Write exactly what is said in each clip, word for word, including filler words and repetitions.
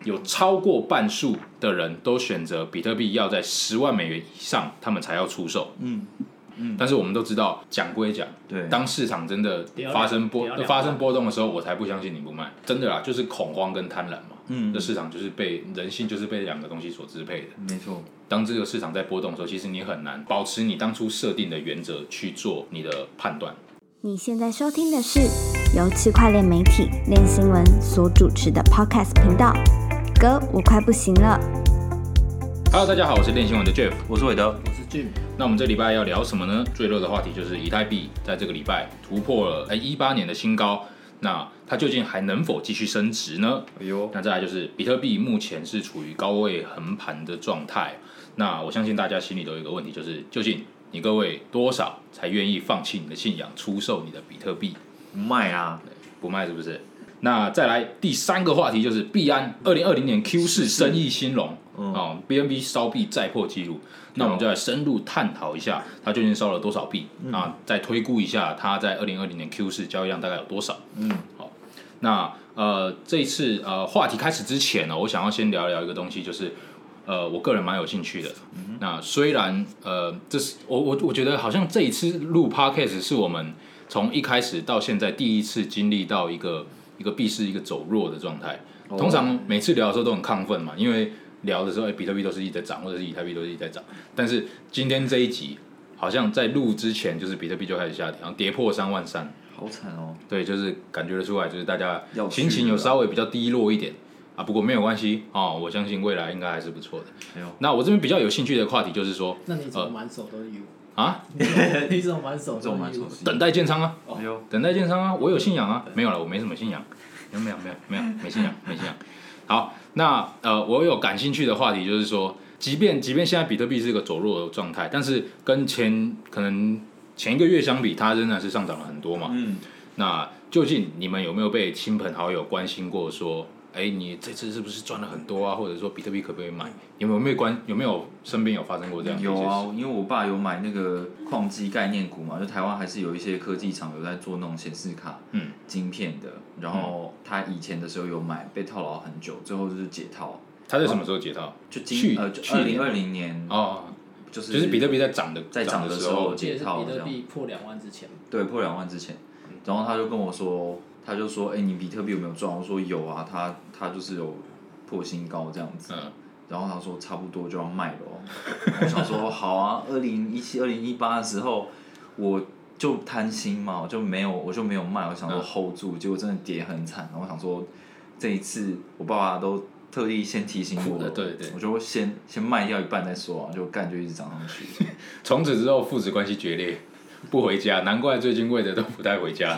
有超过半数的人都选择比特币要在十万美元以上，他们才要出售。嗯嗯，但是我们都知道，讲归讲，对，当市场真的发生波发生波动的时候，我才不相信你不卖。真的啦，就是恐慌跟贪婪嘛。嗯，这市场就是被人性就是被两个东西所支配的。 没错。 当这个市场在波动的时候，其实你很难保持你当初设定的原则去做你的判断。 你现在收听的是由区块链媒体链新闻所主持的 Podcast 频道。哥，我快不行了。 Hello， 大家好，我是链新闻的 Jeff， 我是韦德， 我是 Jim。 那我们这礼拜要聊什么呢？最热的话题就是以太币在这个礼拜突破了哎一八年的新高，那它究竟还能否继续升值呢？哎呦，那再来就是比特币目前是处于高位横盘的状态。那我相信大家心里都有一个问题，就是究竟你各位多少才愿意放弃你的信仰，出售你的比特币？ 不卖啊， 不卖是不是？那再来第三个话题就是币安二零二零年 Q 四生意兴隆，嗯哦、B N B 烧币再破纪录。那我们就来深入探讨一下它究竟烧了多少币，嗯、啊，再推估一下它在二零二零年 Q 四交易量大概有多少。嗯，好，那呃这一次呃话题开始之前呢，我想要先聊聊一个东西，就是呃我个人蛮有兴趣的。嗯、那虽然呃这是我我我觉得好像这一次录 Podcast 是我们从一开始到现在第一次经历到一个一个币市一个走弱的状态。通常每次聊的时候都很亢奋嘛，因为聊的时候，哎，比特币都是一直在涨，或者是以太币都是一直在涨。但是今天这一集，好像在录之前，就是比特币就开始下跌，然后跌破三万三， 好惨哦。 对，就是感觉得出来，就是大家心情有稍微比较低落一点啊。不过没有关系哦，我相信未来应该还是不错的。哎、那我这边比较有兴趣的话题就是说， 那你怎么满手都是 U 啊？ 你怎么满手都是 U？ 等待建仓啊！哦、等待建仓啊！我有信仰啊，没有了，我没什么信仰，没有没有没有没有没信仰没信仰。好，那呃，我有感兴趣的话题就是说，即便即便现在比特币是一个走弱的状态，但是跟前可能前一个月相比，它仍然是上涨了很多嘛。嗯。那究竟你们有没有被亲朋好友关心过说，哎，你这次是不是赚了很多啊？或者说比特币可不可以买？有没有没有关有没有身边有发生过这样的一些事？ 有啊，因为我爸有买那个矿机概念股嘛，就台湾还是有一些科技厂有在做那种显示卡、嗯，晶片的。然后他以前的时候有买，被套牢很久，最后就是解套。 他在什么时候解套？ 就今呃，二零二零年哦，就是就是比特币在涨的在涨的时候解套， 比特币破两万之前。 对，破两万之前。然后他就跟我说，他就说，哎，你比特币有没有赚？我说有啊，他他就是有破新高这样子。嗯。然后他说差不多就要卖了哦。我想说好啊，二零一七、二零一八的时候我。就贪心嘛，我就没有，我就没有卖，我想说 hold 住，结果真的跌很惨。然后我想说，这一次我爸爸都特地先提醒我了， 对对， 我就先先卖掉一半再说啊，就干就一直涨上去。 从此之后父子关系决裂，不回家，难怪最近为的都不带回家。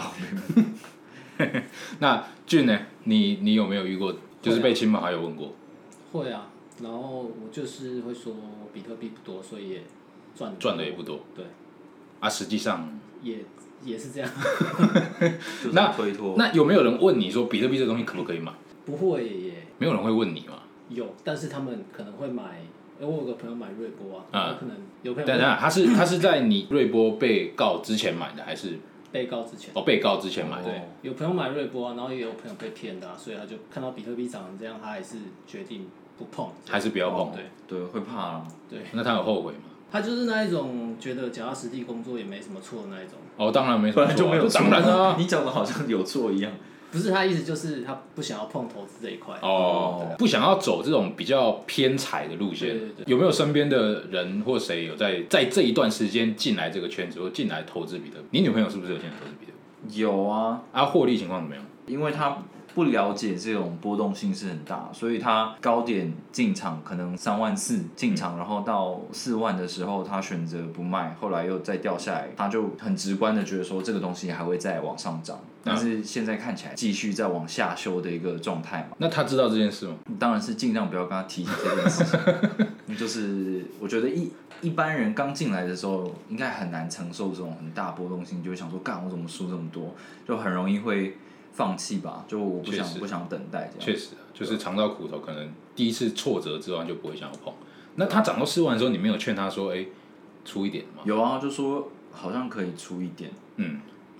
那俊呢？你你有没有遇过，就是被亲朋好友问过？ 会啊，然后我就是会说比特币不多，所以也赚赚的也不多。 对。 啊，实际上也也是这样。 那推脱。 那有没有人问你说比特币这东西可不可以买？ 不会耶。 没有人会问你嘛？ 有，但是他们可能会买。因为我有个朋友买瑞波啊，嗯、可能有朋友。 等等，他是他是在你瑞波被告之前买的，还是被告之前？ 哦，被告之前买的。 对，有朋友买瑞波啊，然后也有朋友被骗的、啊，所以他就看到比特币涨成这样，他还是决定不碰， 还是不要碰。 哦、对对，会怕啊。 对。 那他有后悔吗？ 他就是那一种觉得脚踏实地工作也没什么错的那一种。 哦，当然没什么错、啊， 就没有当然啊， 你讲的好像有错一样。 不是他意思就是他不想要碰投资这一块。 哦，不想要走这种比较偏财的路线。 对对对。 有没有身边的人或谁有在在这一段时间进来这个圈子，或进来投资比特币？你女朋友是不是有进来投资比特币？ 有啊。 啊，获利情况怎么样？ 因为他不了解这种波动性是很大，所以他高点进场可能三万四进场，然后到四万的时候他选择不卖，后来又再掉下来，他就很直观的觉得说这个东西还会再往上涨，但是现在看起来继续在往下修的一个状态嘛。 那他知道这件事吗？ 当然是尽量不要跟他提起这件事情。就是我觉得一一般人刚进来的时候，应该很难承受这种很大波动性，就会想说干我怎么输这么多，就很容易会放弃吧，就我不想不想等待这样。 确实，就是尝到苦头，可能第一次挫折之后就不会想要碰。那他涨到四万的时候，你没有劝他说，哎、欸，出一点吗？ 有啊，就说好像可以出一点。嗯，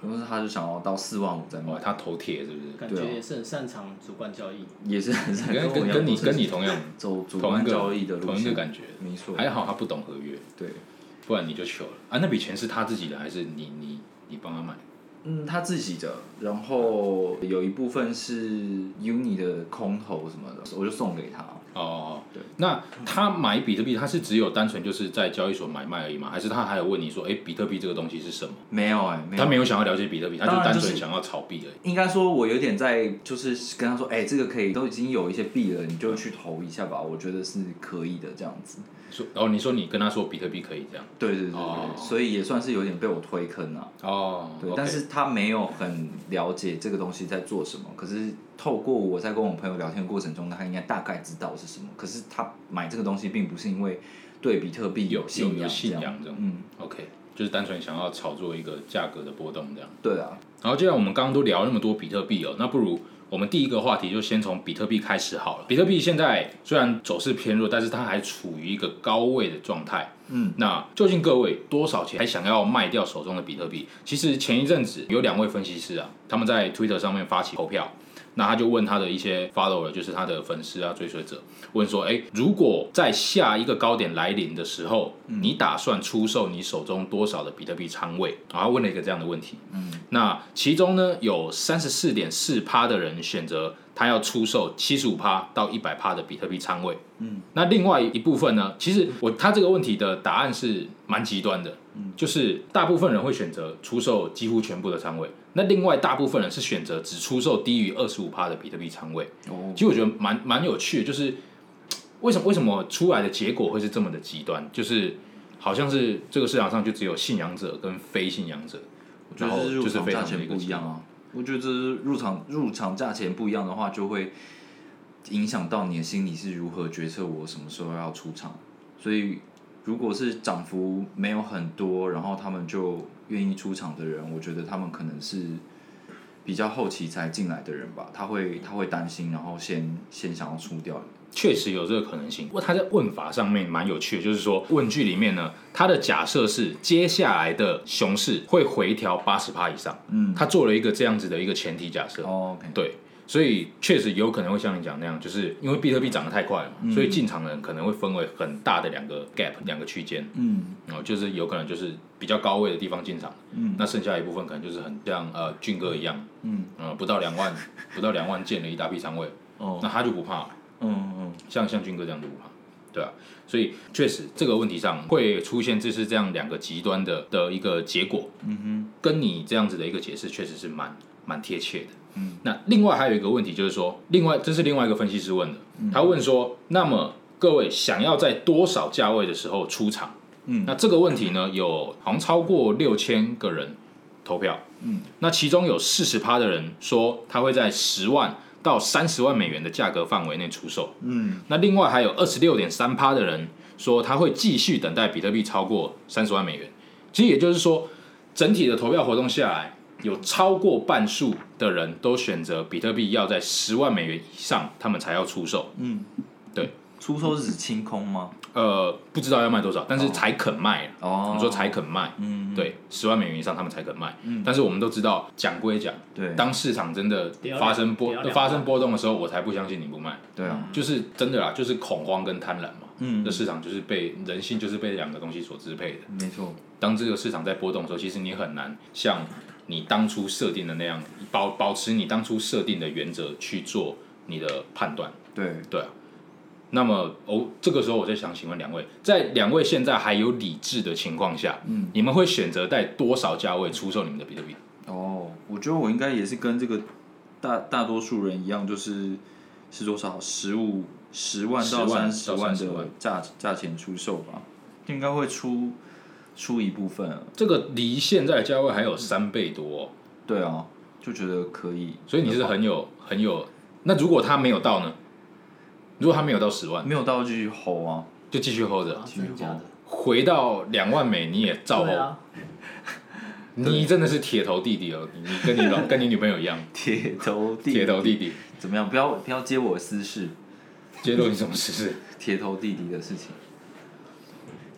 可是他就想要到四万五再卖， 他头铁是不是？ 感觉也是很擅长主观交易， 也是很擅长跟跟你跟你同样走主观交易的路线， 同一个感觉， 没错。 还好他不懂合约， 对， 不然你就糗了啊！那笔钱是他自己的还是你你你帮他买？ 嗯，他自己的，然后有一部分是 Uni 的空投什么的，我就送给他。 哦， 对。 那他买比特币，他是只有单纯就是在交易所买卖而已吗？还是他还有问你说，哎，比特币这个东西是什么？ 没有哎、欸，没有他没有想要了解比特币，他就单就是纯想要炒币而已。 应该说，我有点在就是跟他说，哎、欸，这个可以，都已经有一些币了，你就去投一下吧，我觉得是可以的这样子。 说哦，你说你跟他说比特币可以这样？ 对对对对， 哦、 所以也算是有点被我推坑啊。 哦， 对， okay. 但是他没有很了解这个东西在做什么。可是透过我在跟我朋友聊天的过程中，他应该大概知道是什么。可是他买这个东西，并不是因为对比特币有信仰， 有信仰这种。 嗯 ，OK， 就是单纯想要炒作一个价格的波动这样。 对啊。 然后既然我们刚刚都聊那么多比特币哦，那不如我们第一个话题就先从比特币开始好了。比特币现在虽然走势偏弱，但是它还处于一个高位的状态。嗯，那究竟各位多少钱还想要卖掉手中的比特币？其实前一阵子有两位分析师啊，他们在 Twitter 上面发起投票，那他就问他的一些 follower， 就是他的粉丝啊、追随者，问说：哎，如果在下一个高点来临的时候，嗯、你打算出售你手中多少的比特币仓位？然后问了一个这样的问题。嗯，那其中呢，有 百分之三十四点四 的人选择他要出售 百分之七十五 到 百分之百 的比特币仓位。嗯，那另外一部分呢，其实我他这个问题的答案是蛮极端的。嗯，就是大部分人会选择出售几乎全部的仓位，那另外大部分人是选择只出售低于 百分之二十五 的比特币仓位。哦，其实我觉得蛮蛮有趣的，就是为什么为什么出来的结果会是这么的极端？就是好像是这个市场上就只有信仰者跟非信仰者， 我觉得是入场价钱不一样啊。我觉得这是入场入场价钱不一样的话，就会影响到你的心理是如何决策我什么时候要出场。所以如果是涨幅没有很多，然后他们就愿意出场的人，我觉得他们可能是比较后期才进来的人吧，他会他会担心，然后先先想要出掉。 确实有这个可能性。不过他在问法上面蛮有趣的，就是说问句里面呢，他的假设是接下来的熊市会回调 百分之八十 以上。嗯，他做了一个这样子的一个前提假设。 哦 okay. 对。所以确实有可能会像你讲那样，就是因为比特币涨得太快了嘛，嗯、所以进场的人可能会分为很大的两个 gap 两个区间，嗯，然后就是有可能就是比较高位的地方进场，嗯，那剩下一部分可能就是很像呃俊哥一样，嗯，呃不到两万不到两万建了一大批仓位，哦，那他就不怕了，嗯嗯，像像俊哥这样就不怕，对啊，所以确实这个问题上会出现就是这样两个极端的的一个结果，嗯哼，跟你这样子的一个解释确实是蛮蛮贴切的。嗯、那另外还有一个问题就是说，另外这是另外一个分析师问的，嗯、他问说，那么各位想要在多少价位的时候出场？嗯，那这个问题呢，有好像超过六千个人投票，嗯，那其中有四十趴的人说他会在十万到三十万美元的价格范围内出售，嗯，那另外还有二十六点三趴的人说他会继续等待比特币超过三十万美元。其实也就是说，整体的投票活动下来，有超过半数的人都选择比特币要在十万美元以上，他们才要出售。嗯，对， 出售是指清空吗？ 呃，不知道要卖多少，但是才肯卖。 哦， 我们说才肯卖。嗯，对，十万美元以上他们才肯卖。嗯，但是我们都知道，讲归讲，对，当市场真的发生波发生波动的时候，我才不相信你不卖。 对啊， 就是真的啦，就是恐慌跟贪婪嘛。嗯，这市场就是被人性就是被两个东西所支配的。 没错， 当这个市场在波动的时候，其实你很难像你当初设定的那样，保保持你当初设定的原则去做你的判断。 对对啊。那么哦，这个时候我就想请问两位，在两位现在还有理智的情况下，嗯，你们会选择在多少价位出售你们的比特币？ 哦，我觉得我应该也是跟这个大大多数人一样，就是是多少十五十万到三十万的价价钱出售吧，应该会出出一部分。 这个离现在的价位还有三倍多、哦。 对啊，就觉得可以。 所以你是很有很有。那如果他没有到呢？如果他没有到十万， 没有到就继续 hold 啊， 就继续 hold 着， 继续 hold。 回到两万美你也照 hold。 啊、 你真的是铁头弟弟哦，你跟你老跟你女朋友一样。 铁头弟弟。 铁头弟弟。 怎么样？不要不要揭我私事。 揭露你什么私事？ 铁头弟弟的事情。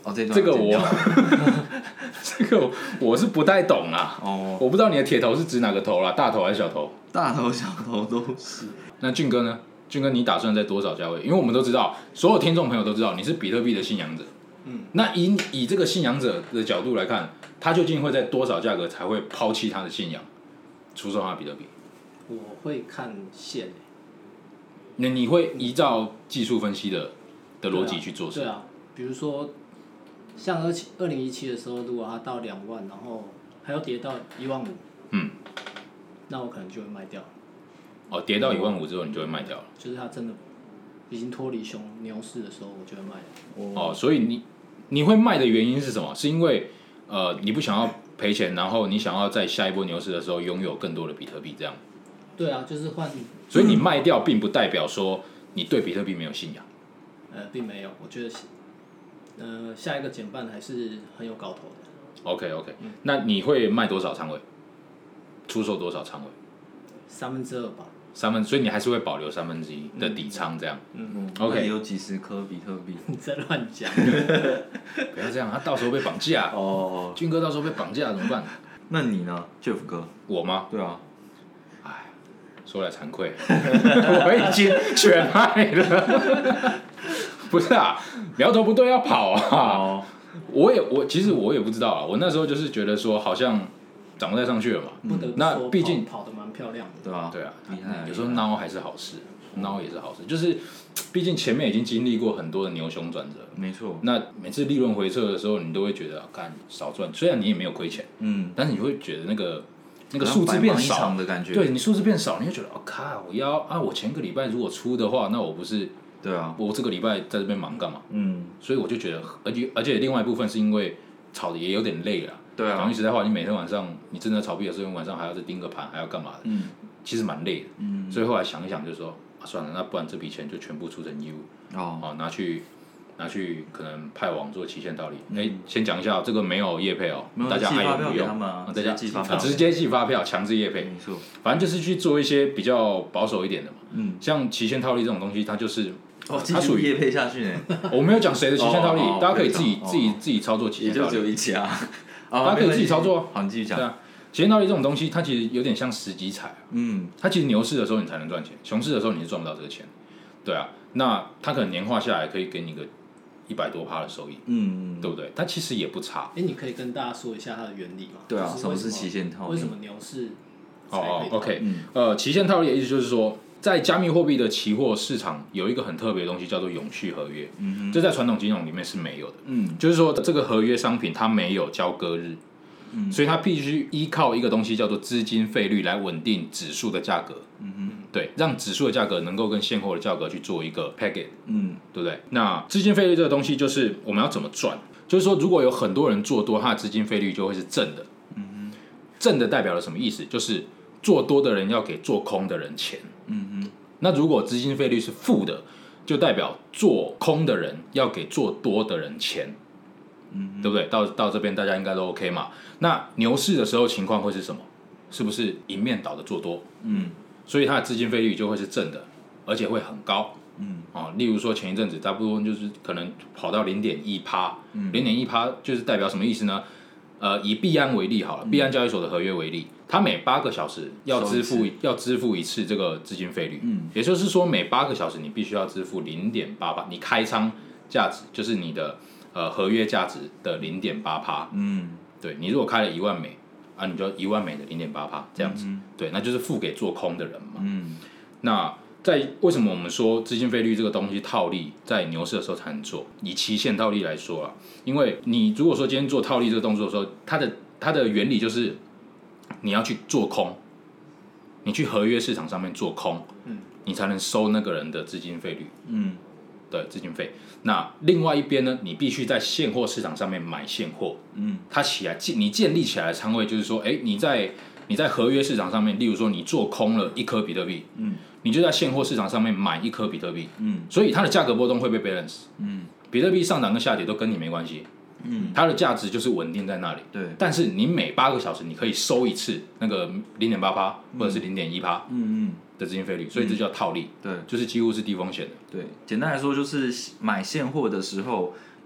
哦，这这个我这个我是不太懂啊。 哦， 我不知道你的铁头是指哪个头啦，大头还是小头？ 大头小头都是。 那俊哥呢？俊哥，你打算在多少价位？因为我们都知道，所有听众朋友都知道你是比特币的信仰者。嗯，那以以这个信仰者的角度来看，他究竟会在多少价格才会抛弃他的信仰，出售他的比特币？ 我会看线、欸， 那你会依照技术分析的的逻辑去做事？ 对啊，比如说像二七二零一七的时候，如果它到两万，然后还要跌到一万五，嗯，那我可能就会卖掉。 哦，跌到一万五之后，你就会卖掉了。 就是它真的已经脱离熊牛市的时候，我就会卖了。 哦，所以你你会卖的原因是什么？是因为呃你不想要赔钱，然后你想要在下一波牛市的时候拥有更多的比特币，这样？ 对啊，就是换。 所以你卖掉，并不代表说你对比特币没有信仰。 呃，并没有，我觉得呃下一个减半还是很有搞头的。 OK OK，、嗯、那你会卖多少仓位？出售多少仓位？ 三分之二吧。 三分，所以你还是会保留三分之一的底仓，这样。 嗯 ，OK。 有几十颗比特币。 你在乱讲。 不要这样，他到时候被绑架。哦。俊哥到时候被绑架怎么办？ 那你呢 ，Jeff 哥？ 我吗？ 对啊。 哎，说来惭愧，我已经全卖了。不是啊，苗头不对要跑啊。哦。我也我其实我也不知道啊，我那时候就是觉得说好像涨不太上去了嘛。 不得不那毕竟跑得蛮漂亮的。 对啊。 对啊。厉害。有时候孬还是好事，孬也是好事，就是毕竟前面已经经历过很多的牛熊转折。 没错。 那每次利润回撤的时候，你都会觉得看少赚，虽然你也没有亏钱，嗯，但是你会觉得那个那个数字变少的感觉。 对你数字变少，你会觉得哦靠，我要啊，我前个礼拜如果出的话，那我不是。 对啊， 我这个礼拜在这边忙干嘛？嗯，所以我就觉得，而且而且另外一部分是因为炒的也有点累了。 对啊， 讲句实在话，你每天晚上你真的炒币的时候，晚上还要再盯个盘，还要干嘛的？嗯，其实蛮累的。嗯，所以后来想一想，就说啊，算了，那不然这笔钱就全部出成 U， 哦，哦，拿去拿去可能派网做期限套利。哎、嗯，先讲一下，这个没有业配哦，大家爱用不用，大家寄发票， 直接寄发票，强制业配。 没错， 反正就是去做一些比较保守一点的嘛。嗯，像期限套利这种东西，它就是。 哦，它属于业配下去呢。 我没有讲谁的期限套利，大家可以自己自己自己操作期限套利。 也就只有一家， 大家可以自己操作。 好，你继续讲。 对啊，期限套利这种东西，它其实有点像时机彩。嗯。它其实牛市的时候你才能赚钱，熊市的时候你是赚不到这个钱。对啊，那它可能年化下来可以给你个一百多趴的收益。嗯嗯。对不对？它其实也不差。 哎，你可以跟大家说一下它的原理吗？ 对啊，什么是期限套利？ 为什么牛市？ 哦哦 ，OK， 呃，期限套利的意思就是说。在加密货币的期货市场有一个很特别的东西叫做永续合约，嗯、这在传统金融里面是没有的。嗯，就是说这个合约商品它没有交割日，嗯、所以它必须依靠一个东西叫做资金费率来稳定指数的价格。嗯对，让指数的价格能够跟现货的价格去做一个 peg， 嗯，对不对？那资金费率这个东西就是我们要怎么赚？就是说如果有很多人做多，它的资金费率就会是正的。嗯正的代表了什么意思？就是做多的人要给做空的人钱。嗯哼，那如果资金费率是负的，就代表做空的人要给做多的人钱，嗯，对不对？到到这边大家应该都 OK 嘛？那牛市的时候情况会是什么？是不是迎面倒的做多？嗯，所以它的资金费率就会是正的，而且会很高。嗯，哦，例如说前一阵子差不多就是可能跑到零点一趴，零点一趴就是代表什么意思呢？呃，以币安为例好了，币安交易所的合约为例。它每八个小时要支付要支付一次这个资金费率，嗯，也就是说每八个小时你必须要支付零点八趴，你开仓价值就是你的呃合约价值的零点八趴，嗯，对你如果开了一万美啊，你就一万美的零点八趴这样子，嗯、对，那就是付给做空的人嘛，嗯，那在为什么我们说资金费率这个东西套利在牛市的时候才能做？以期限套利来说啊，因为你如果说今天做套利这个动作的时候，它的它的原理就是。你要去做空，你去合约市场上面做空，嗯，你才能收那个人的资金费率，嗯，对，资金费。那另外一边呢，你必须在现货市场上面买现货，嗯，它起来你建立起来的仓位就是说，哎，你在你在合约市场上面，例如说你做空了一颗比特币，嗯，你就在现货市场上面买一颗比特币，嗯，所以它的价格波动会被 balance，嗯，比特币上涨跟下跌都跟你没关系。嗯，它的价值就是稳定在那里。对，但是你每八个小时你可以收一次那个零点八趴或者是零点一趴，嗯嗯的资金费率，所以这叫套利。对，就是几乎是低风险的。 对，简单来说就是买现货的时候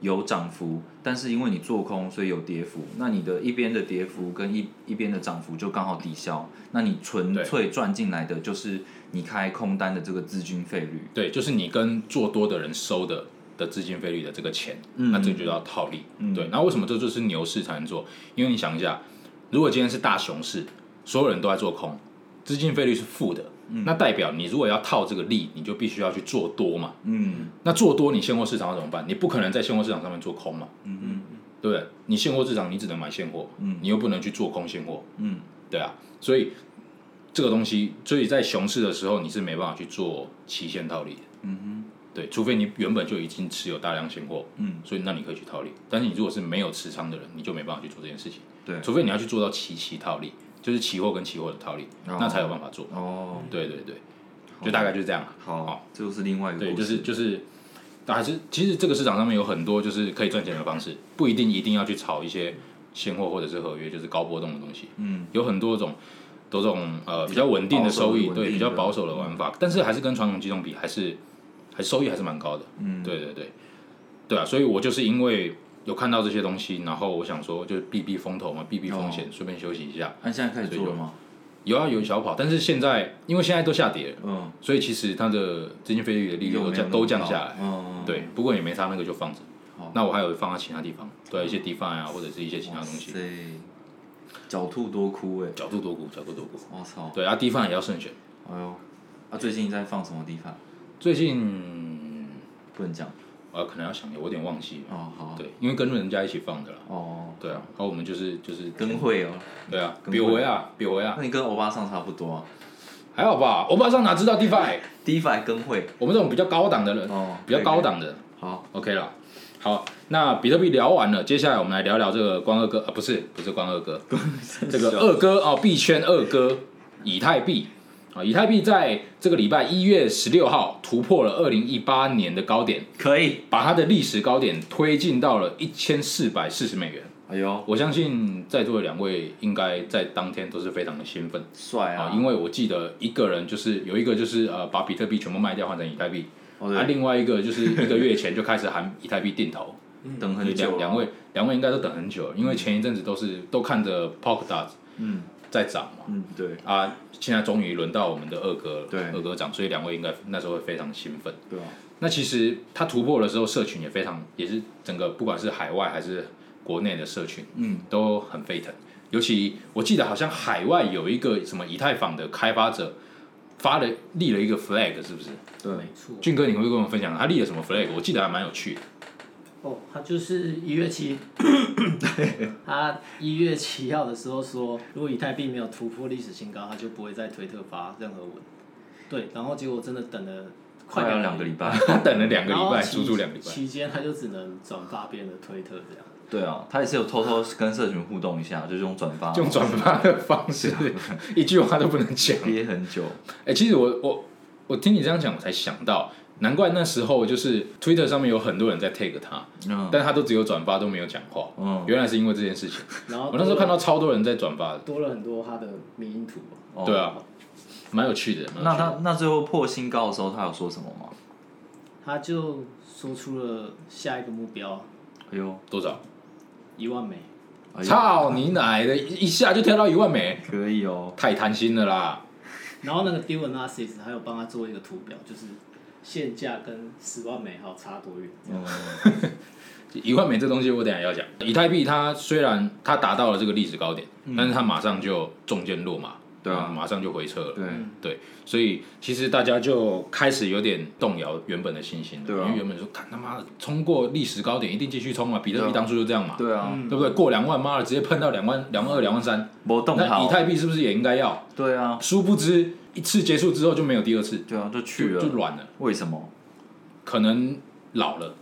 有涨幅，但是因为你做空，所以有跌幅。那你的一边的跌幅跟一一边的涨幅就刚好抵消。那你纯粹赚进来的就是你开空单的这个资金费率。 对，就是你跟做多的人收的的资金费率的这个钱，嗯、那这就叫套利。嗯、对，那为什么这就是牛市才能做？因为你想一下，如果今天是大熊市，所有人都在做空，资金费率是负的。那代表你如果要套这个利，你就必须要去做多嘛。嗯，那做多你现货市场要怎么办？你不可能在现货市场上面做空嘛。嗯嗯，对不对？你现货市场你只能买现货，嗯，你又不能去做空现货。嗯，对啊，所以这个东西，所以在熊市的时候你是没办法去做期限套利的。嗯哼，对，除非你原本就已经持有大量现货，嗯，所以那你可以去套利。但是你如果是没有持仓的人，你就没办法去做这件事情。对，除非你要去做到期期套利。就是期货跟期货的套利，哦、那才有办法做。哦，对对对，就大概就是这样。 好，好这就是另外一个对，就是就是，还是其实这个市场上面有很多就是可以赚钱的方式，不一定一定要去炒一些现货或者是合约，就是高波动的东西。嗯，有很多种，多种呃比较稳定的收益，对，比较保守的玩法，但是还是跟传统机动比，还是还收益还是蛮高的。嗯，对对对，对啊，所以我就是因为。有看到这些东西，然后我想说，就避避风头嘛，避避风险，顺、哦、便休息一下。 那、啊、现在开始做了吗？ 有啊，有小跑，但是现在因为现在都下跌了，嗯，所以其实它的资金费率的利率都降都降下来，嗯，对，不过也没差，那个就放着。那我还有放在其他地方，对，一些 DeFi 啊，或者是一些其他东西。 对，狡兔多窟哎、欸， 狡兔多窟，狡兔多窟。 我操。 对啊 ，DeFi 也要慎选。 哎呦，啊，最近在放什么 DeFi？ 最近不能讲。 呃，可能要想，我有点忘记了。 哦，好。 对，因为跟人家一起放的啦。哦。对啊，然后我们就是就是跟会哦。 对啊，比回啊，比回啊。 那你跟欧巴桑差不多啊。 还好吧，欧巴桑哪知道 DeFi？DeFi 跟会。 我们这种比较高档的人，哦，比较高档的。 好 ，OK 啦。好，那比特币聊完了，接下来我们来聊聊这个关二哥啊，不是不是关二哥，这个二哥哦，币圈二哥，以太币。啊，以太币在这个礼拜一月十六号突破了二零一八年的高点， 可以把它的历史高点推进到了一千四百四十美元。 哎呦， 我相信在座的两位应该在当天都是非常的兴奋， 帅啊！ 啊因为我记得一个人就是有一个就是呃把比特币全部卖掉换成以太币，哦、啊，另外一个就是一个月前就开始喊以太币定投， 等很久、啊。 两位两位应该都等很久了，因为前一阵子都是都看着 Polkadot， 嗯。在涨嘛， 嗯，对啊，现在终于轮到我们的二哥了， 对， 二哥涨，所以两位应该那时候会非常兴奋， 对啊。 那其实他突破的时候，社群也非常，也是整个不管是海外还是国内的社群，嗯，都很沸腾。尤其我记得好像海外有一个什么以太坊的开发者发了立了一个 flag， 是不是？ 对，没错。 俊哥，你会不会跟我们分享他立了什么 flag？ 我记得还蛮有趣的。 哦，他就是一月七，他一月七号的时候说，如果以太币没有突破历史新高，他就不会在推特发任何文。对，然后结果真的等了快要两个礼拜， 他等了两个礼拜，足足两个礼拜。 期间他就只能转发别人的推特这样。 对啊，他也是有偷偷跟社群互动一下，就是用转发， 用转发的方式，一句话都不能讲， 憋很久。 哎、欸，其实我我我听你这样讲，我才想到。难怪那时候就是 Twitter 上面有很多人在 tag 他，嗯、但他都只有转发都没有讲话。嗯、原来是因为这件事情。然后我那时候看到超多人在转发的， 多了很多他的迷因图。 哦、对啊，蛮有趣的。 那他那最后破新高的时候，他有说什么吗？ 他就说出了下一个目标。 哎呦， 多少？ 一万美。 操你奶的！一下就跳到一万美。 可以哦。 太贪心了啦。 然后那个 Dealanalysis 还有帮他做一个图表，就是。现价跟十万美好差多远？ 嗯，一万美这东西我等一下要讲。以太币它虽然它达到了这个历史高点，嗯、但是它马上就中箭落马，对啊，马上就回车了。 对对，所以其实大家就开始有点动摇原本的信心了，对啊、因为原本说，看他妈的冲过历史高点一定继续冲啊，比特币当初就这样嘛， 对啊， 对不对？过两万，妈的直接喷到两万、两万二、两万三，那以太币是不是也应该要？ 对啊， 殊不知。一次结束之后就没有第二次， 对啊，就去了， 就软了。 为什么？ 可能老了。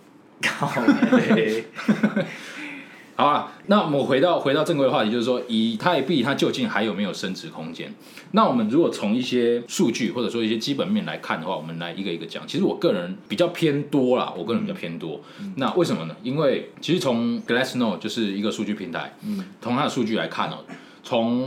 好啊，那我们回到回到正规的话题，就是说以太币它究竟还有没有升值空间？那我们如果从一些数据或者说一些基本面来看的话，我们来一个一个讲。其实我个人比较偏多啦，我个人比较偏多。嗯、那为什么呢？因为其实从 Glassnode 就是一个数据平台，嗯，从它的数据来看哦，从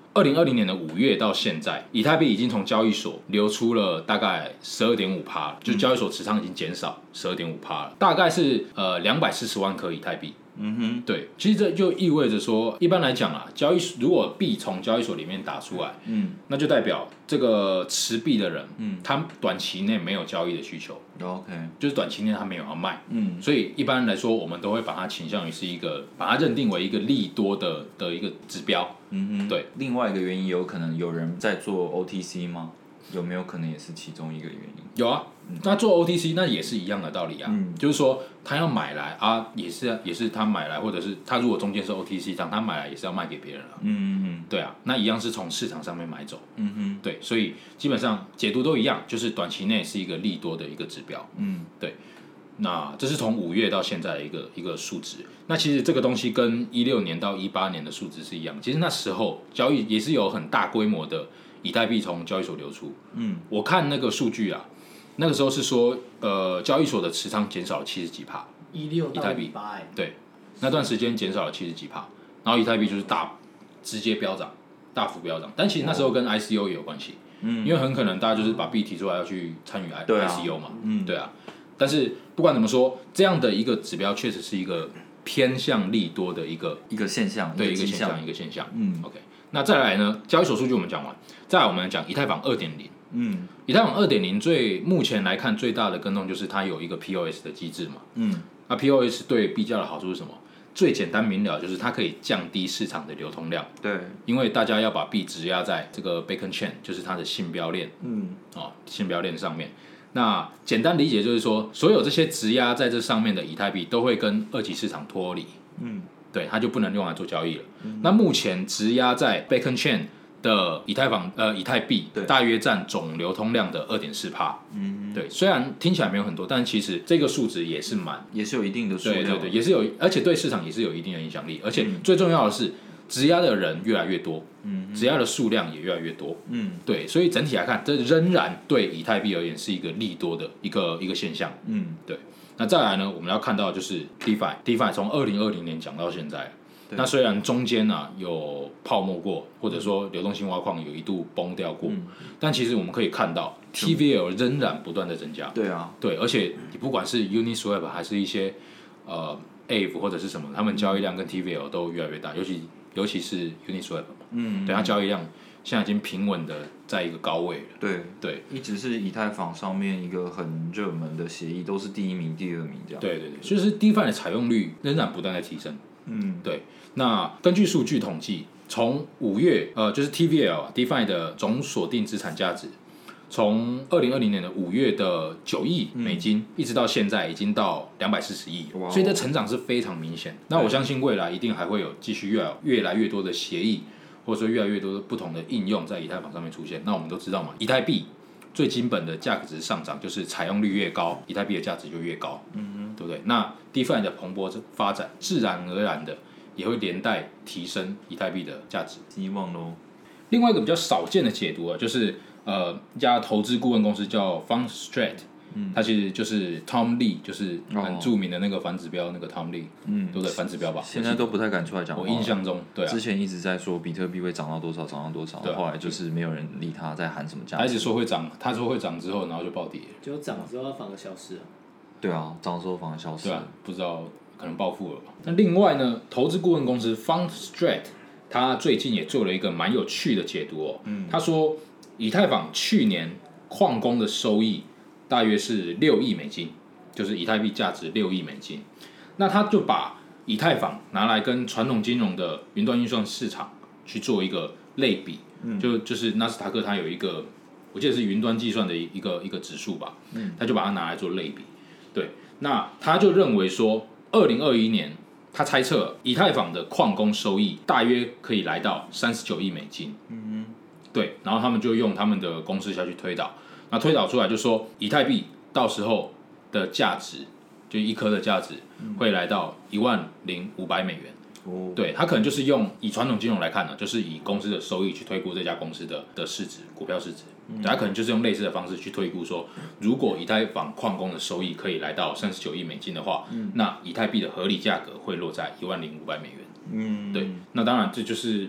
二零二零年的五月到现在，以太币已经从交易所流出了大概十二点五趴，就交易所持仓已经减少十二点五趴了，大概是呃两百四十万颗以太币。 嗯哼， 对，其实这就意味着说，一般来讲啊，交易如果币从交易所里面打出来， 嗯， 那就代表这个持币的人，嗯，他短期内没有交易的需求 ，OK， 就是短期内他没有要卖， 嗯， 所以一般来说，我们都会把它倾向于是一个，把它认定为一个利多的的一个指标， 嗯哼， 对。 另外一个原因，有可能有人在做 O T C 吗？有没有可能也是其中一个原因？ 有啊，那做 O T C 那也是一样的道理啊， 嗯、 就是说他要买来啊，也是也是他买来，或者是他如果中间是 O T C 账，他买来也是要卖给别人啊。 嗯嗯嗯， 对啊，那一样是从市场上面买走。 嗯哼， 对，所以基本上解读都一样，就是短期内是一个利多的一个指标。 嗯， 对。那这是从五月到现在的一个一个数值。那其实这个东西跟一六年到一八年的数值是一样，其实那时候交易也是有很大规模的以太币从交易所流出。嗯，我看那个数据啊，那个时候是说，呃，交易所的持仓减少了七十几趴， 一六到以太币一八哎， 对，那段时间减少了七十几趴，然后以太币就是大直接飙涨，大幅飙涨。但其实那时候跟 I C O 也有关系，嗯，因为很可能大家就是把币提出来要去参与 I C O 嘛，嗯，对啊。但是不管怎么说，这样的一个指标确实是一个偏向利多的一个一个现象， 对，一个现象，一个现象。嗯 ，OK。那再来呢？交易所数据我们讲完，再来我们讲以太坊二点零。嗯，以太坊二点零最目前来看最大的更动就是它有一个 P O S 的机制嘛。嗯，那 P O S 对币价的好处是什么？最简单明了就是它可以降低市场的流通量。 对， 因为大家要把币质押在这个 Beacon Chain， 就是它的信标链。嗯，哦，信标链上面。那简单理解就是说，所有这些质押在这上面的以太币都会跟二级市场脱离。嗯，对，它就不能用来做交易了。嗯、那目前质押在 Beacon Chain 的以太坊呃以太币，大约占总流通量的二点四趴。嗯，对，虽然听起来没有很多，但其实这个数值也是蛮， 也是有一定的数量。 对对对，也是有，而且对市场也是有一定的影响力。而且最重要的是，质押的人越来越多，嗯，质押的数量也越来越多。嗯，对，所以整体来看，这仍然对以太币而言是一个利多的一个一个现象。嗯，对。那再来呢，我们要看到就是 DeFi，DeFi 从二零二零年讲到现在。那虽然中间啊有泡沫过，或者说流动性挖矿有一度崩掉过，嗯、但其实我们可以看到 T V L 仍然不断的增加。 对啊， 对，而且你不管是 Uniswap 还是一些呃 A V E 或者是什么，他们交易量跟 T V L 都越来越大，尤其尤其是 Uniswap 嘛，嗯，对，它交易量现在已经平稳的在一个高位了。 对对， 一直是以太坊上面一个很热门的协议，都是第一名、第二名这样。 对对对，就是 DeFi 的采用率仍然不断在提升。嗯，对。那根据数据统计，从五月呃就是 T V L DeFi 的总锁定资产价值，从二零二零年的五月的九亿美金，嗯、一直到现在已经到两百四十亿，所以这成长是非常明显。那我相信未来一定还会有继续越来越来越多的协议，或者说越来越多的不同的应用在以太坊上面出现。那我们都知道嘛，以太币最基本的价值上涨就是采用率越高，以太币的价值就越高，嗯哼，对不对？那 DeFi 的蓬勃发展，自然而然的也会连带提升以太币的价值。 希望咯。 另外一个比较少见的解读啊，就是呃一家投资顾问公司叫 Fundstrat，嗯，它其实就是 Tom Lee， 就是很著名的那个反指标那个 Tom Lee， 嗯，对不对？反指标吧， 现在都不太敢出来讲话。 我印象中，对啊， 之前一直在说比特币会涨到多少，涨到多少，啊、后来就是没有人理他，在喊什么价。 他一直说会涨，他说会涨之后，然后就暴跌。 就涨之后反而消失了。 对啊，涨之后反而消失了。 对啊，不知道可能暴富了吧？那另外呢，投资顾问公司 Fundstrat， 他最近也做了一个蛮有趣的解读哦。嗯，他说以太坊去年矿工的收益大约是六亿美金，就是以太币价值六亿美金。那他就把以太坊拿来跟传统金融的云端运算市场去做一个类比，嗯、就就是纳斯达克它有一个，我记得是云端计算的一个一个指数吧，嗯、他就把它拿来做类比。对，那他就认为说，二零二一年他猜测以太坊的矿工收益大约可以来到三十九亿美金。嗯哼，对，然后他们就用他们的公式下去推导，那推导出来就说，以太币到时候的价值，就一颗的价值会来到一万零五百美元。哦，对，他可能就是用以传统金融来看呢，就是以公司的收益去推估这家公司的的市值，股票市值。嗯、他可能就是用类似的方式去推估说，如果以太坊矿工的收益可以来到三十九亿美金的话，嗯、那以太币的合理价格会落在一万零五百美元。嗯，对，那当然这就是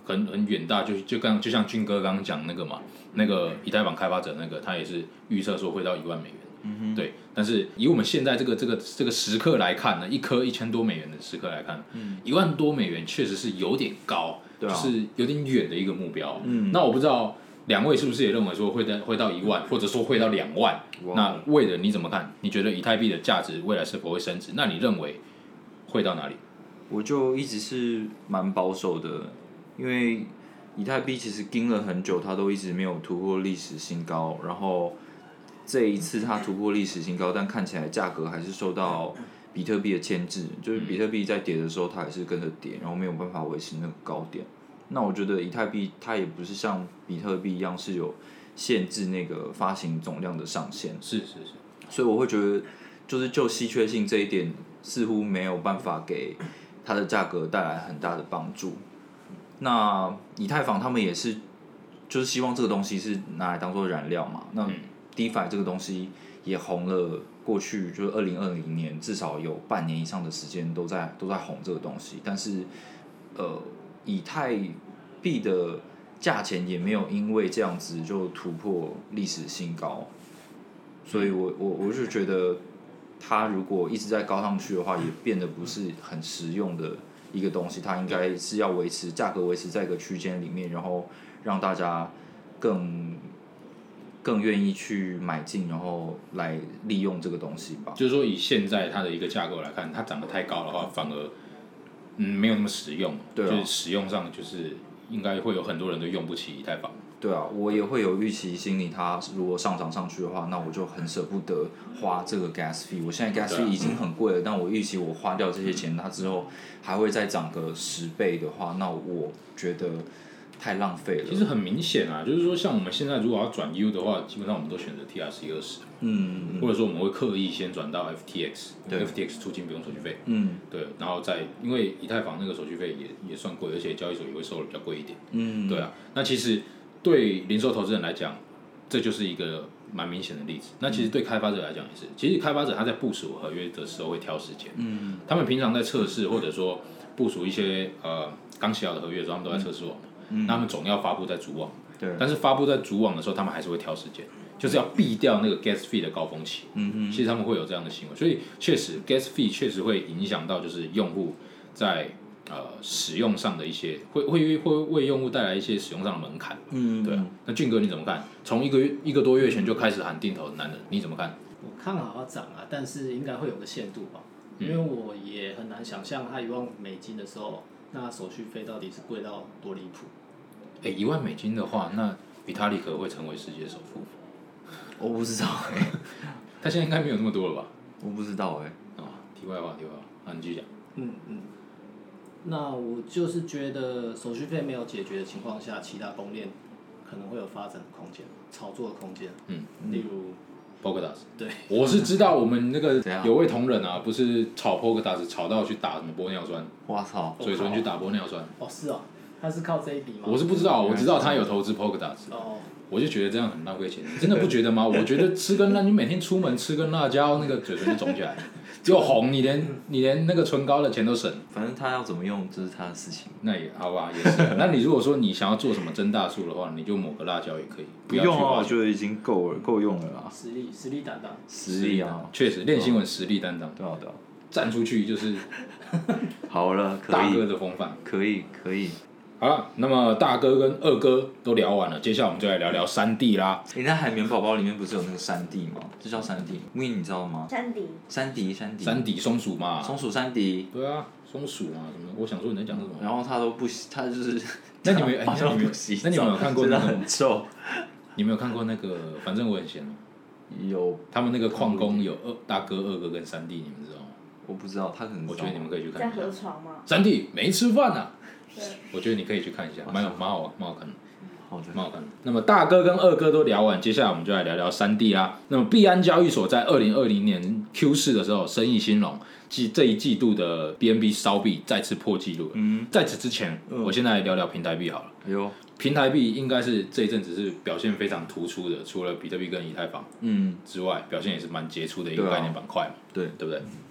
很很远大，就就刚就像俊哥刚刚讲那个嘛，那个以太坊开发者那个，他也是预测说会到一万美元。嗯、对，但是以我们现在这个这个这个时刻来看呢，一颗一千多美元的时刻来看，嗯、一万多美元确实是有点高，啊、就是有点远的一个目标。嗯，那我不知道两位是不是也认为说会到会到一万，或者说会到两万？那为了你怎么看？你觉得以太币的价值未来是否会升值？那你认为会到哪里？ 我就一直是蛮保守的，因为以太币其实盯了很久，它都一直没有突破历史新高，然后。这一次它突破历史新高，但看起来价格还是受到比特币的牵制，就是比特币在跌的时候，它还是跟着跌，然后没有办法维持那个高点。那我觉得以太币它也不是像比特币一样是有限制那个发行总量的上限， 是是是， 所以我会觉得就是就稀缺性这一点，似乎没有办法给它的价格带来很大的帮助。那以太坊他们也是，就是希望这个东西是拿来当做燃料嘛，那。嗯DeFi 这个东西也红了，过去就是二零二零年至少有半年以上的时间都在都在红这个东西，但是呃，以太币的价钱也没有因为这样子就突破历史新高，所以我我我就觉得它如果一直在高上去的话，也变得不是很实用的一个东西，它应该是要维持价格维持在一个区间里面，然后让大家更。更愿意去买进，然后来利用这个东西吧。 就是说，以现在它的一个架构来看，它涨得太高的话，反而嗯没有那么实用。对、啊，就是使用上就是应该会有很多人都用不起以太坊。 对啊，我也会有预期心理，它如果上涨上去的话，那我就很舍不得花这个 gas fee。我现在 gas fee 已经很贵了，但我预期我花掉这些钱，它之后还会再涨个十倍的话，那我觉得。太浪费了。 其实很明显啊，就是说，像我们现在如果要转 U 的话，基本上我们都选择 T R C 二十，嗯，或者说我们会刻意先转到 F T X，F T X 出金不用手续费，嗯，对，然后再因为以太坊那个手续费也也算贵，而且交易所也会收的比较贵一点，嗯，对啊，那其实对零售投资人来讲，这就是一个蛮明显的例子。那其实对开发者来讲也是，其实开发者他在部署合约的时候会挑时间，嗯，他们平常在测试或者说部署一些呃刚写好的合约的时候，他们都在测试网。嗯、那他们总要发布在主网，对，但是发布在主网的时候，他们还是会挑时间，就是要避掉那个 gas fee 的高峰期。嗯哼，其实他们会有这样的行为，所以确实 gas fee 确实会影响到就是用户在呃使用上的一些，会会会为用户带来一些使用上的门槛。嗯，对啊。那俊哥你怎么看？从一个月一个多月前就开始喊定投的男人，你怎么看？ 我看好它涨啊，但是应该会有个限度吧，因为我也很难想象它一万美金的时候，那手续费到底是贵到多离谱。 哎、欸，一万美金的话，那比塔里克会成为世界首富？ 我不知道哎、欸， 他现在应该没有那么多了吧？ 我不知道哎、 欸。哦，题外话，题外话，啊，你继续讲。 嗯嗯。那我就是觉得手续费没有解决的情况下，其他公链可能会有发展的空间，炒作的空间。嗯。例如 Polkadot。 对。 我是知道我们那个有位同仁啊，不是炒 Polkadot， 炒到去打什么玻尿酸。 哇操！ 所以说你去打玻尿酸。 哦，是哦。他是靠这一笔吗？ 我是不知道，我知道他有投资 Polkadot，、哦、我就觉得这样很浪费钱。你真的不觉得吗？我觉得吃根辣，你每天出门吃根辣椒，那个嘴唇就肿起来，又红，你连你连那个唇膏的钱都省。 反正他要怎么用，这、就是他的事情。 那也好吧，也是。那你如果说你想要做什么增大数的话，你就抹个辣椒也可以。 不用啊，我觉得已经够了，够用了啦。 实力，实力担当。 实力啊， 确实练新闻实力担当。 对啊，对啊。站出去就是好了，可以。 大哥的风范， 可以，可以。 好了，那么大哥跟二哥都聊完了，接下来我们就来聊聊山地啦。 你在海绵宝宝里面不是有那个山地吗？这叫山地 ，Win 你知道吗？ 山迪。 山迪，山迪。 山迪松鼠嘛。 松鼠山迪。 对啊，松鼠嘛，什么？我想说你在讲什么？ 然后他都不洗，他就是。 那你们，哎，那你们，那你们有看过那个？ 很臭。 你们有看过那个？反正我很闲。 有。 他们那个矿工有二大哥、二哥跟山地，你们知道吗？ 我不知道，他可能。 我觉得你们可以去看一下。 在河床吗？ 山地没吃饭啊。我觉得你可以去看一下，蛮有蛮好蛮好看的， 好的， 蛮好看的。那么大哥跟二哥都聊完，接下来我们就来聊聊山地啦。那么币安交易所在二零二零年 Q 四的时候生意兴隆，即这一季度的 B N B 烧币再次破纪录。嗯，在此之前，嗯、我现在来聊聊平台币好了。 哎呦， 平台币应该是这一阵子是表现非常突出的，除了比特币跟以太坊嗯之外，表现也是蛮杰出的一个概念板块嘛。 对， 对不对？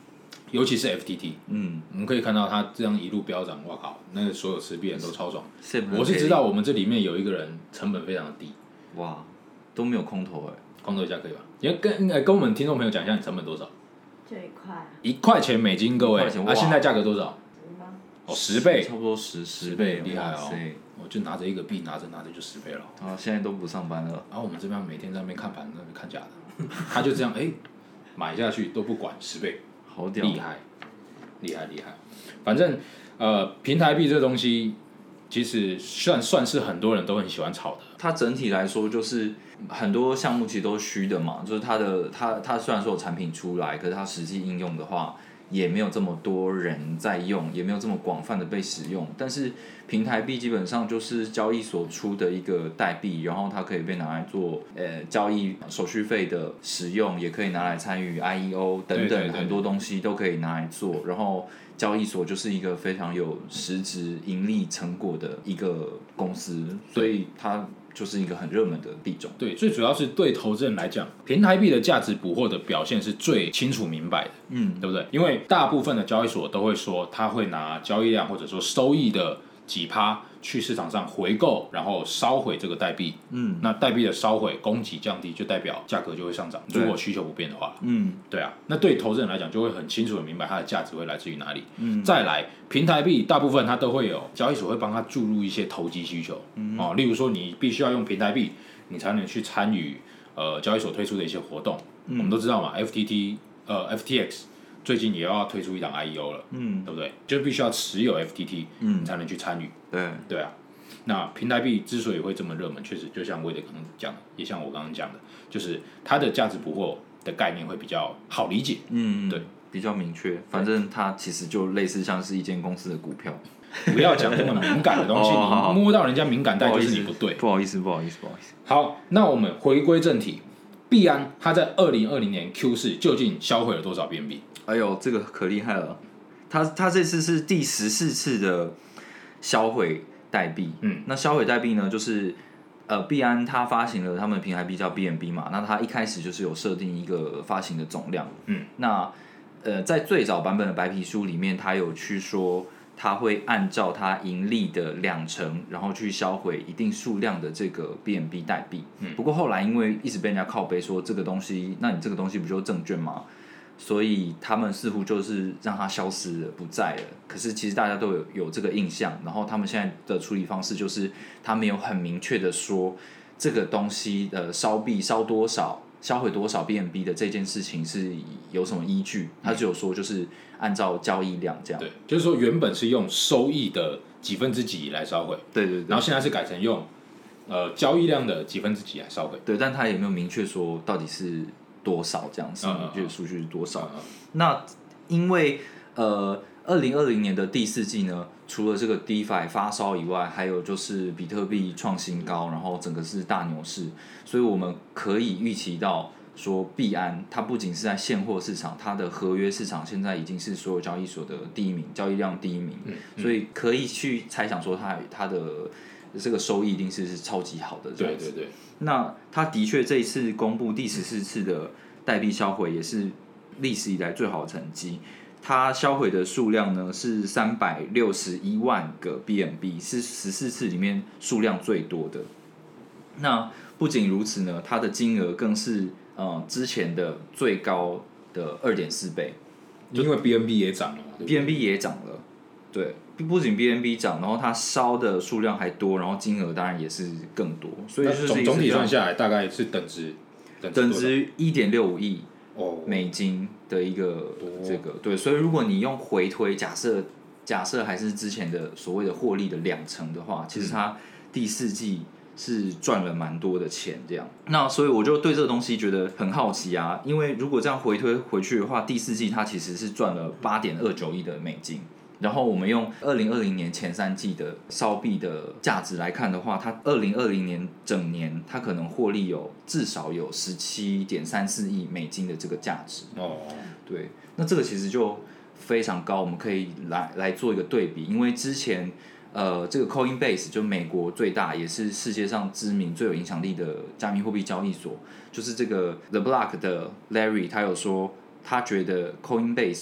尤其是 F T T， 嗯， 我们可以看到它这样一路飙涨，哇靠，那个所有持币人都超爽。 是我是知道我们这里面有一个人成本非常的低， 哇，都没有空头哎、欸， 空头一下可以吧？你跟跟我们听众朋友讲一下你成本多少？ 就一块， 一块钱美金，各位，啊，现在价格多少？哦，十倍， 差不多十十倍， 厉害哦！我就拿着一个币，拿着拿着就十倍了。 啊，现在都不上班了。 然后我们这边每天在那边看盘，在那边看假的，他就这样，哎、欸，买下去都不管，十倍， 好屌， 厉害，厉害厉害。反正呃，平台币这东西，其实算算是很多人都很喜欢炒的。 它整体来说就是很多项目其实都是虚的嘛，就是它的它它虽然说有产品出来，可是它实际应用的话。也没有这么多人在用，也没有这么广泛的被使用。但是平台币基本上就是交易所出的一个代币，然后它可以被拿来做呃交易手续费的使用，也可以拿来参与 I E O 等等很多东西都可以拿来做。然后交易所就是一个非常有实质盈利成果的一个公司，所以它。就是一个很热门的币种。 对，最主要是对投资人来讲，平台币的价值捕获的表现是最清楚明白的， 嗯， 对不对？因为大部分的交易所都会说，他会拿交易量或者说收益的几趴去市场上回购，然后烧毁这个代币。 嗯， 那代币的烧毁供给降低，就代表价格就会上涨。如果需求不变的话， 嗯， 对啊，那对投资人来讲就会很清楚的明白它的价值会来自于哪里。 嗯， 再来，平台币大部分它都会有交易所会帮它注入一些投机需求。嗯，哦，例如说你必须要用平台币，你才能去参与呃交易所推出的一些活动。嗯，我们都知道嘛 ，F T T 呃 F T X 最近也要推出一档 I E O 了。嗯，对不对？就必须要持有 F T T，嗯，你才能去参与。 对， 对啊。那平台币之所以会这么热门，确实就像魏德刚刚讲的，也像我刚刚讲的，就是它的价值捕获的概念会比较好理解。 嗯， 对， 比较明确。反正它其实就类似像是一间公司的股票。 不要讲这么敏感的东西， 哦、 你摸到人家敏感带就是你不对。 不好意思，不好意思，不好意思。 好，那我们回归正题，币安它在二零二零年 Q 四究竟销毁了多少 B N B？ 哎呦，这个可厉害了！它它这次是第十四次的销毁代币。嗯，那销毁代币呢，就是呃，币安它发行了他们平台币叫 B N B 嘛，那它一开始就是有设定一个发行的总量。嗯，那呃，在最早版本的白皮书里面，它有去说。它会按照它盈利的两成，然后去销毁一定数量的这个 B N B 代币。嗯，不过后来因为一直被人家靠背说这个东西，那你这个东西不就是证券吗？所以他们似乎就是让它消失了，不在了。可是其实大家都有有这个印象，然后他们现在的处理方式就是，他没有很明确的说这个东西的烧币烧多少。销毁多少 B N B 的这件事情是有什么依据？他只有说就是按照交易量这样。 对，就是说原本是用收益的几分之几来烧毁， 对对对， 然后现在是改成用呃交易量的几分之几来烧毁。 对，但他也没有明确说到底是多少这样子，明确的数据是多少。嗯嗯那因为呃。二零二零年的第四季呢，除了这个 DeFi 发烧以外，还有就是比特币创新高，然后整个是大牛市，所以我们可以预期到说，币安它不仅是在现货市场，它的合约市场现在已经是所有交易所的第一名，交易量第一名，嗯嗯、所以可以去猜想说它它的这个收益一定是是超级好的这样子。 对对对。 那它的确这一次公布第十四次的代币销毁，也是历史以来最好的成绩。它销毁的数量呢是三百六十一万个 B N B， 是十四次里面数量最多的。那不仅如此呢，它的金额更是呃之前的最高的二点四倍， 因为 B N B 也涨了嘛 ，B N B 也涨了，对，不仅 B N B 涨，然后它烧的数量还多，然后金额当然也是更多，所以就是总总体算下来大概是等值等值一点六五亿。美金的一个这个对，所以如果你用回推，假设假设还是之前的所谓的获利的两成的话，其实它第四季是赚了蛮多的钱这样。那所以我就对这个东西觉得很好奇啊，因为如果这样回推回去的话，第四季它其实是赚了八点二九亿的美金。然后我们用二零二零年前三季的烧币的价值来看的话，它二零二零年整年它可能获利有至少有十七点三四亿美金的这个价值。哦，对，那这个其实就非常高，我们可以来来做一个对比，因为之前呃这个 Coinbase 就美国最大也是世界上知名最有影响力的加密货币交易所，就是这个 The Block 的 Larry 他有说，他觉得 Coinbase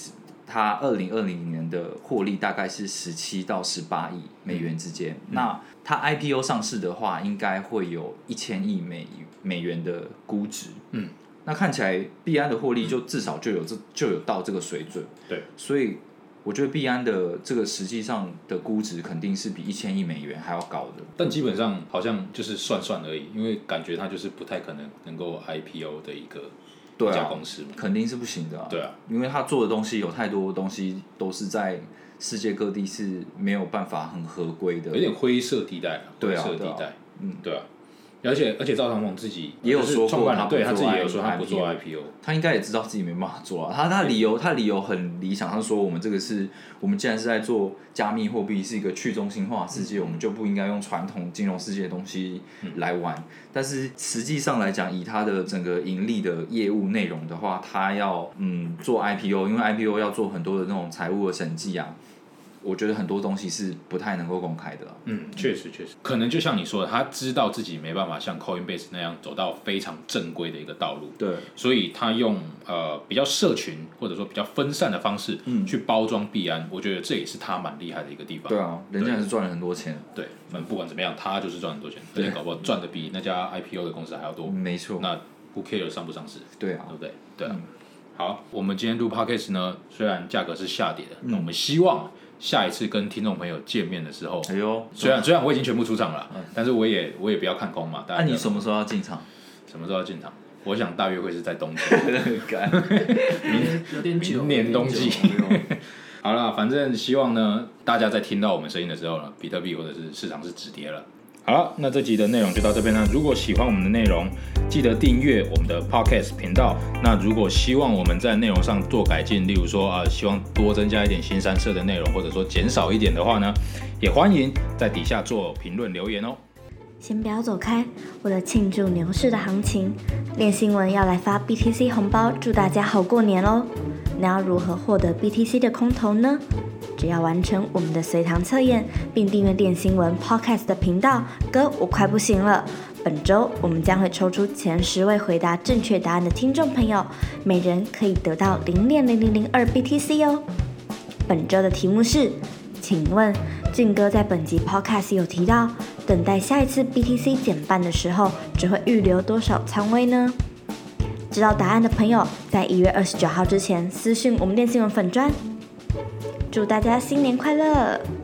它二零二零年的获利大概是十七到十八亿美元之间。嗯、那它 I P O 上市的话，应该会有一千亿美美元的估值。嗯，那看起来币安的获利就至少就有这就有到这个水准。 对， 所以我觉得币安的这个实际上的估值肯定是比一千亿美元还要高的。 但基本上好像就是算算而已，因为感觉它就是不太可能能够 I P O 的一个。 对啊， 一家公司肯定是不行的、啊。 对啊， 因为他做的东西有太多东西都是在世界各地是没有办法很合规的， 有点灰色地带对啊， 灰色地带， 啊、嗯， 对啊。而且而且赵长鹏自己也有说过他， 对他自己也有说他不做 I P O， 他应该也知道自己没办法做啊。他他理由他理由很理想，他说我们这个是我们既然是在做加密货币，是一个去中心化世界，嗯、我们就不应该用传统金融世界的东西来玩。嗯、但是实际上来讲，以他的整个盈利的业务内容的话，他要嗯做 I P O， 因为 I P O 要做很多的那种财务的审计啊。我觉得很多东西是不太能够公开的、啊。 嗯，确实确实，可能就像你说的，他知道自己没办法像 Coinbase 那样走到非常正规的一个道路， 对， 所以他用呃比较社群或者说比较分散的方式去包装币安、嗯，我觉得这也是他蛮厉害的一一个地方。 对啊，人家还是赚了很多钱。 对，反正不管怎么样，他就是赚很多钱，而且搞不好赚的比那家 I P O 的公司还要多。 没错。 那 who cares 上不上市？ 对啊， 对不对？对啊。嗯、好，我们今天录 Podcast 呢，虽然价格是下跌的，那、嗯、我们希望。下一次跟听众朋友见面的时候， 哎呦， 虽然虽然我已经全部出场了，嗯、但是我也我也不要看空嘛。 那、啊、你什么时候要进场？ 什么时候要进场？我想大约会是在冬季， 有点久， 明年冬季。好啦，反正希望呢，大家在听到我们声音的时候呢，比特币或者是市场是止跌了。好了，那这集的内容就到这边了。如果喜欢我们的内容，记得订阅我们的 Podcast 频道。那如果希望我们在内容上做改进，例如说啊，希望多增加一点新三色的内容，或者说减少一点的话呢，也欢迎在底下做评论留言哦。 先不要走开，为了庆祝牛市的行情，链新闻要来发 B T C 红包，祝大家好过年哦。那要如何获得 B T C 的空投呢？只要完成我们的随堂测验，并订阅链新闻 Podcast 的频道，哥我快不行了。本周我们将会抽出前十位回答正确答案的听众朋友，每人可以得到零点零零零二 B T C 哦。本周的题目是，请问俊哥在本集 Podcast 有提到，等待下一次 B T C 减半的时候，只会预留多少仓位呢？知道答案的朋友，在一月二十九号之前私讯我们链新闻粉专。祝大家新年快乐！